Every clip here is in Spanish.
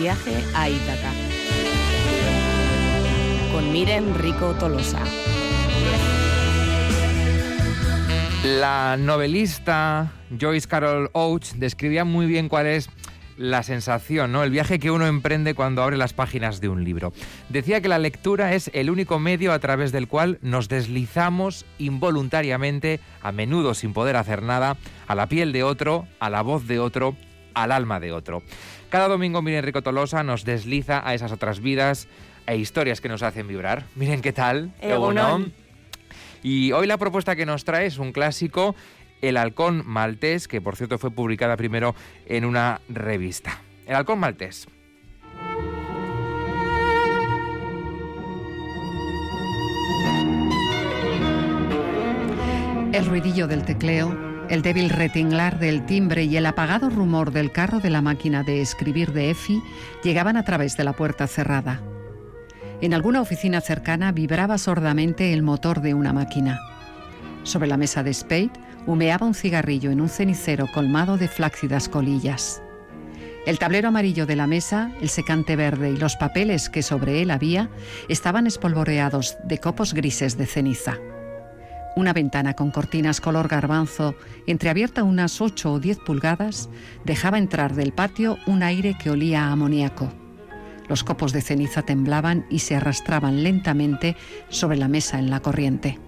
viaje a Ítaca. Con Miren Rico Tolosa. La novelista Joyce Carol Oates describía muy bien cuál es la sensación, ¿no? El viaje que uno emprende cuando abre las páginas de un libro. Decía que la lectura es el único medio a través del cual nos deslizamos involuntariamente, a menudo sin poder hacer nada, a la piel de otro, a la voz de otro, al alma de otro. Cada domingo Miren Rico Tolosa nos desliza a esas otras vidas e historias que nos hacen vibrar. Miren qué tal. Egunon. Y hoy la propuesta que nos trae es un clásico, El halcón maltés, que por cierto fue publicada primero en una revista. El halcón maltés. El ruidillo del tecleo, el débil retinglar del timbre y el apagado rumor del carro de la máquina de escribir de Effie llegaban a través de la puerta cerrada. En alguna oficina cercana vibraba sordamente el motor de una máquina. Sobre la mesa de Spade humeaba un cigarrillo en un cenicero colmado de flácidas colillas. El tablero amarillo de la mesa, el secante verde y los papeles que sobre él había estaban espolvoreados de copos grises de ceniza. Una ventana con cortinas color garbanzo, entreabierta unas 8 o 10 pulgadas, dejaba entrar del patio un aire que olía a amoníaco. Los copos de ceniza temblaban y se arrastraban lentamente sobre la mesa en la corriente.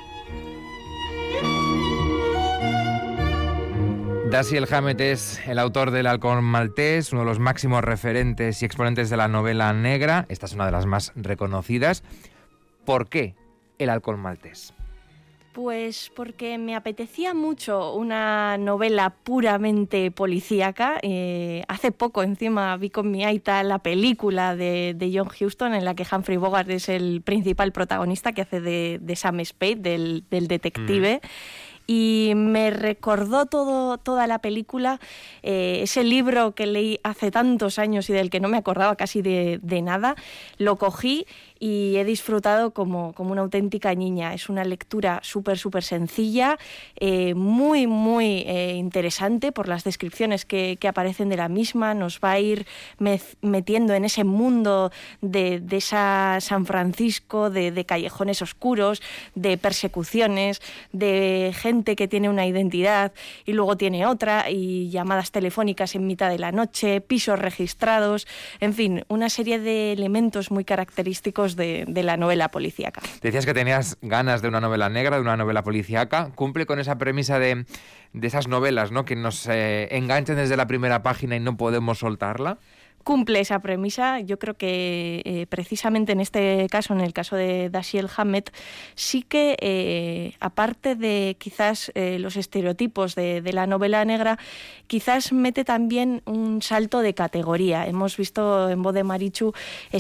Dashiell Hammett es el autor del Halcón maltés, uno de los máximos referentes y exponentes de la novela negra. Esta es una de las más reconocidas. ¿Por qué el Halcón maltés? Pues porque me apetecía mucho una novela puramente policíaca. Hace poco encima vi con mi aita la película de John Huston en la que Humphrey Bogart es el principal protagonista, que hace de Sam Spade, del detective. Y me recordó toda la película, ese libro que leí hace tantos años y del que no me acordaba casi de nada. Lo cogí y he disfrutado como una auténtica niña. Es una lectura súper sencilla, muy interesante por las descripciones que aparecen de la misma. Nos va a ir metiendo en ese mundo de esa San Francisco, de callejones oscuros, de persecuciones, de gente que tiene una identidad y luego tiene otra, y llamadas telefónicas en mitad de la noche, pisos registrados, en fin, una serie de elementos muy característicos de la novela policíaca. Decías que tenías ganas de una novela negra, de una novela policíaca. ¿Cumple con esa premisa de esas novelas, ¿no?, que nos enganchan desde la primera página y no podemos soltarla? Cumple esa premisa. Yo creo que precisamente en este caso, en el caso de Dashiell Hammett, sí que aparte de quizás los estereotipos de la novela negra, quizás mete también un salto de categoría. Hemos visto en Voz de Marichu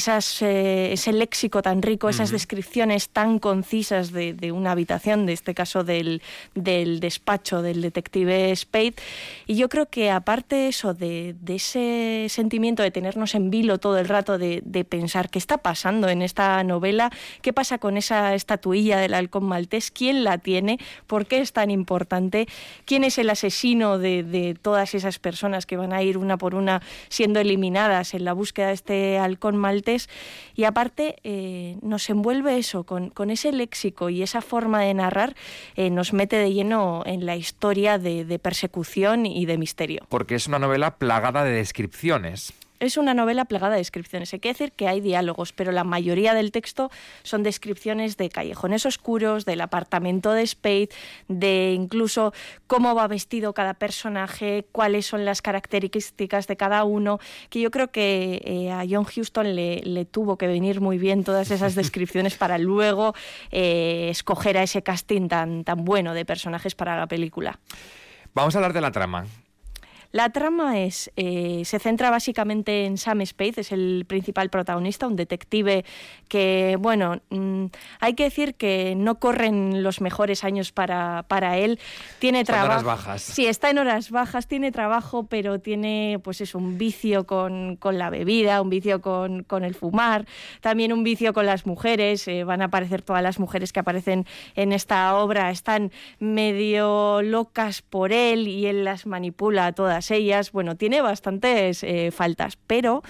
ese léxico tan rico, esas descripciones tan concisas de una habitación, de este caso del despacho del detective Spade. Y yo creo que aparte eso de ese sentimiento de tenernos en vilo todo el rato, de pensar qué está pasando en esta novela, qué pasa con esa estatuilla del halcón maltés, quién la tiene, por qué es tan importante, quién es el asesino de todas esas personas que van a ir una por una siendo eliminadas en la búsqueda de este halcón maltés. Y aparte nos envuelve eso, con ese léxico y esa forma de narrar, nos mete de lleno en la historia de persecución y de misterio. Porque es una novela plagada de descripciones. Es una novela plagada de descripciones. Hay que decir que hay diálogos, pero la mayoría del texto son descripciones de callejones oscuros, del apartamento de Spade, de incluso cómo va vestido cada personaje, cuáles son las características de cada uno, que yo creo que a John Huston le tuvo que venir muy bien todas esas descripciones para luego escoger a ese casting tan bueno de personajes para la película. Vamos a hablar de la trama. La trama se centra básicamente en Sam Spade, es el principal protagonista, un detective que, bueno, hay que decir que no corren los mejores años para él. Tiene trabajo. Horas bajas. Sí, está en horas bajas, tiene trabajo, pero tiene, pues eso, un vicio con la bebida, un vicio con el fumar, también un vicio con las mujeres. Van a aparecer todas las mujeres que aparecen en esta obra, están medio locas por él y él las manipula a todas todas ellas. Bueno, tiene bastantes faltas, pero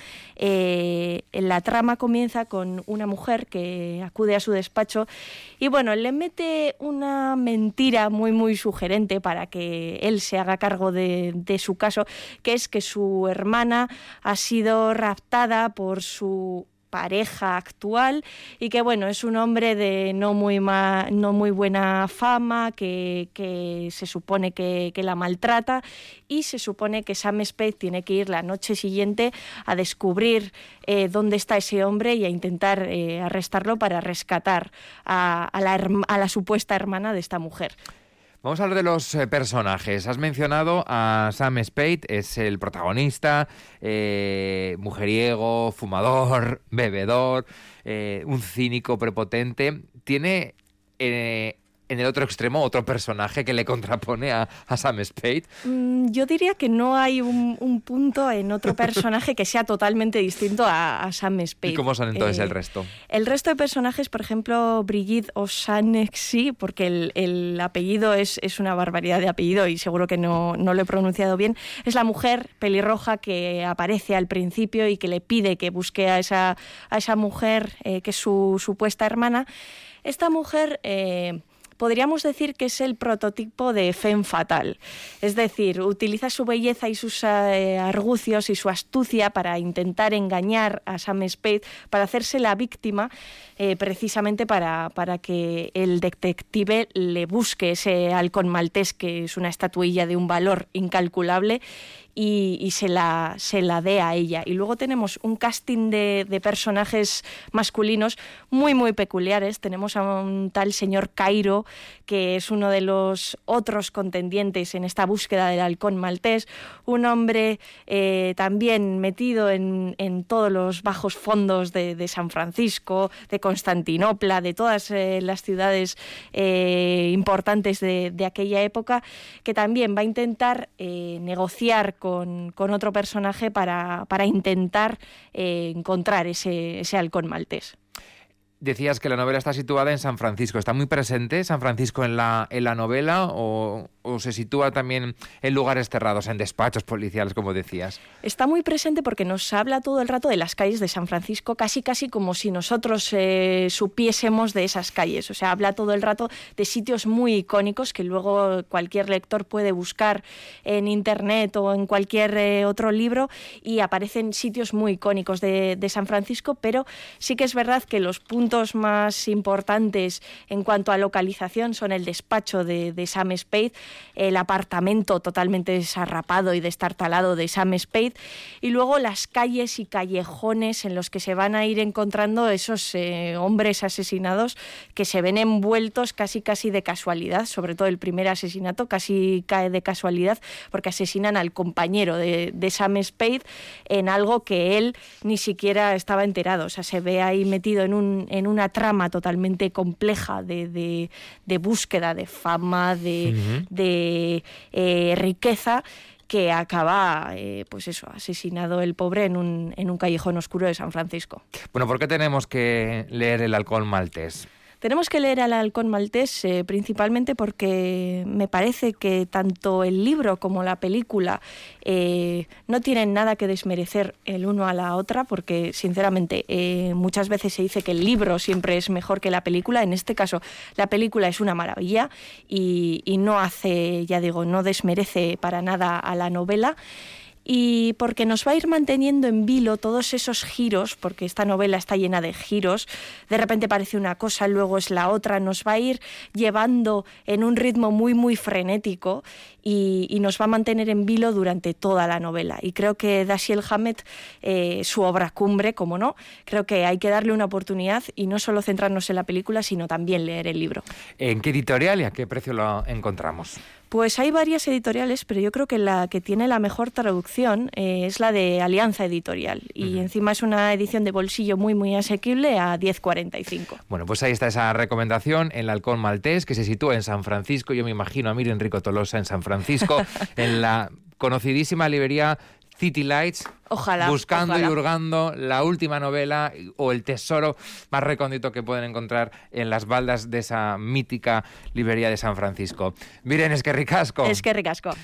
la trama comienza con una mujer que acude a su despacho y bueno, le mete una mentira muy muy sugerente para que él se haga cargo de su caso, que es que su hermana ha sido raptada por su pareja actual y que bueno, es un hombre de no muy buena fama, que se supone que la maltrata, y se supone que Sam Spade tiene que ir la noche siguiente a descubrir dónde está ese hombre y a intentar arrestarlo para rescatar a la supuesta hermana de esta mujer. Vamos a hablar de los personajes. Has mencionado a Sam Spade, es el protagonista, mujeriego, fumador, bebedor, un cínico prepotente. Tiene en el otro extremo otro personaje que le contrapone a Sam Spade. Yo diría que no hay un punto en otro personaje que sea totalmente distinto a Sam Spade. ¿Y cómo son entonces el resto? El resto de personajes, por ejemplo, Brigitte O'Shaughnessy, porque el apellido es una barbaridad de apellido y seguro que no lo he pronunciado bien, es la mujer pelirroja que aparece al principio y que le pide que busque a esa mujer que es su supuesta hermana. Esta mujer podríamos decir que es el prototipo de femme fatale, es decir, utiliza su belleza y sus argucios y su astucia para intentar engañar a Sam Spade, para hacerse la víctima, precisamente para que el detective le busque ese halcón maltés, que es una estatuilla de un valor incalculable, y se la dé a ella. Y luego tenemos un casting de personajes masculinos muy, muy peculiares. Tenemos a un tal señor Cairo, que es uno de los otros contendientes en esta búsqueda del halcón maltés, un hombre también metido en todos los bajos fondos de San Francisco, de Constantinopla, de todas las ciudades importantes de aquella época, que también va a intentar negociar con otro personaje para intentar encontrar ese halcón maltés. Decías que la novela está situada en San Francisco. ¿Está muy presente San Francisco en la novela o se sitúa también en lugares cerrados, en despachos policiales, como decías? Está muy presente porque nos habla todo el rato de las calles de San Francisco, casi como si nosotros supiésemos de esas calles. O sea, habla todo el rato de sitios muy icónicos que luego cualquier lector puede buscar en internet o en cualquier otro libro, y aparecen sitios muy icónicos de San Francisco, pero sí que es verdad que los puntos más importantes en cuanto a localización son el despacho de Sam Spade, el apartamento totalmente desarrapado y destartalado de Sam Spade, y luego las calles y callejones en los que se van a ir encontrando esos hombres asesinados que se ven envueltos casi de casualidad, sobre todo el primer asesinato casi cae de casualidad porque asesinan al compañero de Sam Spade en algo que él ni siquiera estaba enterado. O sea, se ve ahí metido en una trama totalmente compleja de búsqueda de fama, de riqueza, que acaba, asesinado el pobre en un callejón oscuro de San Francisco. Bueno, ¿por qué tenemos que leer El halcón maltés? Tenemos que leer al halcón maltés principalmente porque me parece que tanto el libro como la película no tienen nada que desmerecer el uno a la otra, porque sinceramente muchas veces se dice que el libro siempre es mejor que la película. En este caso la película es una maravilla y no hace, ya digo, no desmerece para nada a la novela. Y porque nos va a ir manteniendo en vilo todos esos giros, porque esta novela está llena de giros, de repente parece una cosa, luego es la otra, nos va a ir llevando en un ritmo muy, muy frenético y nos va a mantener en vilo durante toda la novela. Y creo que Dashiell Hammett, su obra cumbre, como no, creo que hay que darle una oportunidad y no solo centrarnos en la película, sino también leer el libro. ¿En qué editorial y a qué precio lo encontramos? Pues hay varias editoriales, pero yo creo que la que tiene la mejor traducción es la de Alianza Editorial. Y encima es una edición de bolsillo muy, muy asequible a 10,45. Bueno, pues ahí está esa recomendación, El halcón maltés, que se sitúa en San Francisco. Yo me imagino a Miren Rico Tolosa en San Francisco, en la conocidísima librería City Lights, buscando y hurgando la última novela o el tesoro más recóndito que pueden encontrar en las baldas de esa mítica librería de San Francisco. Miren, es que ricasco. Es que ricasco.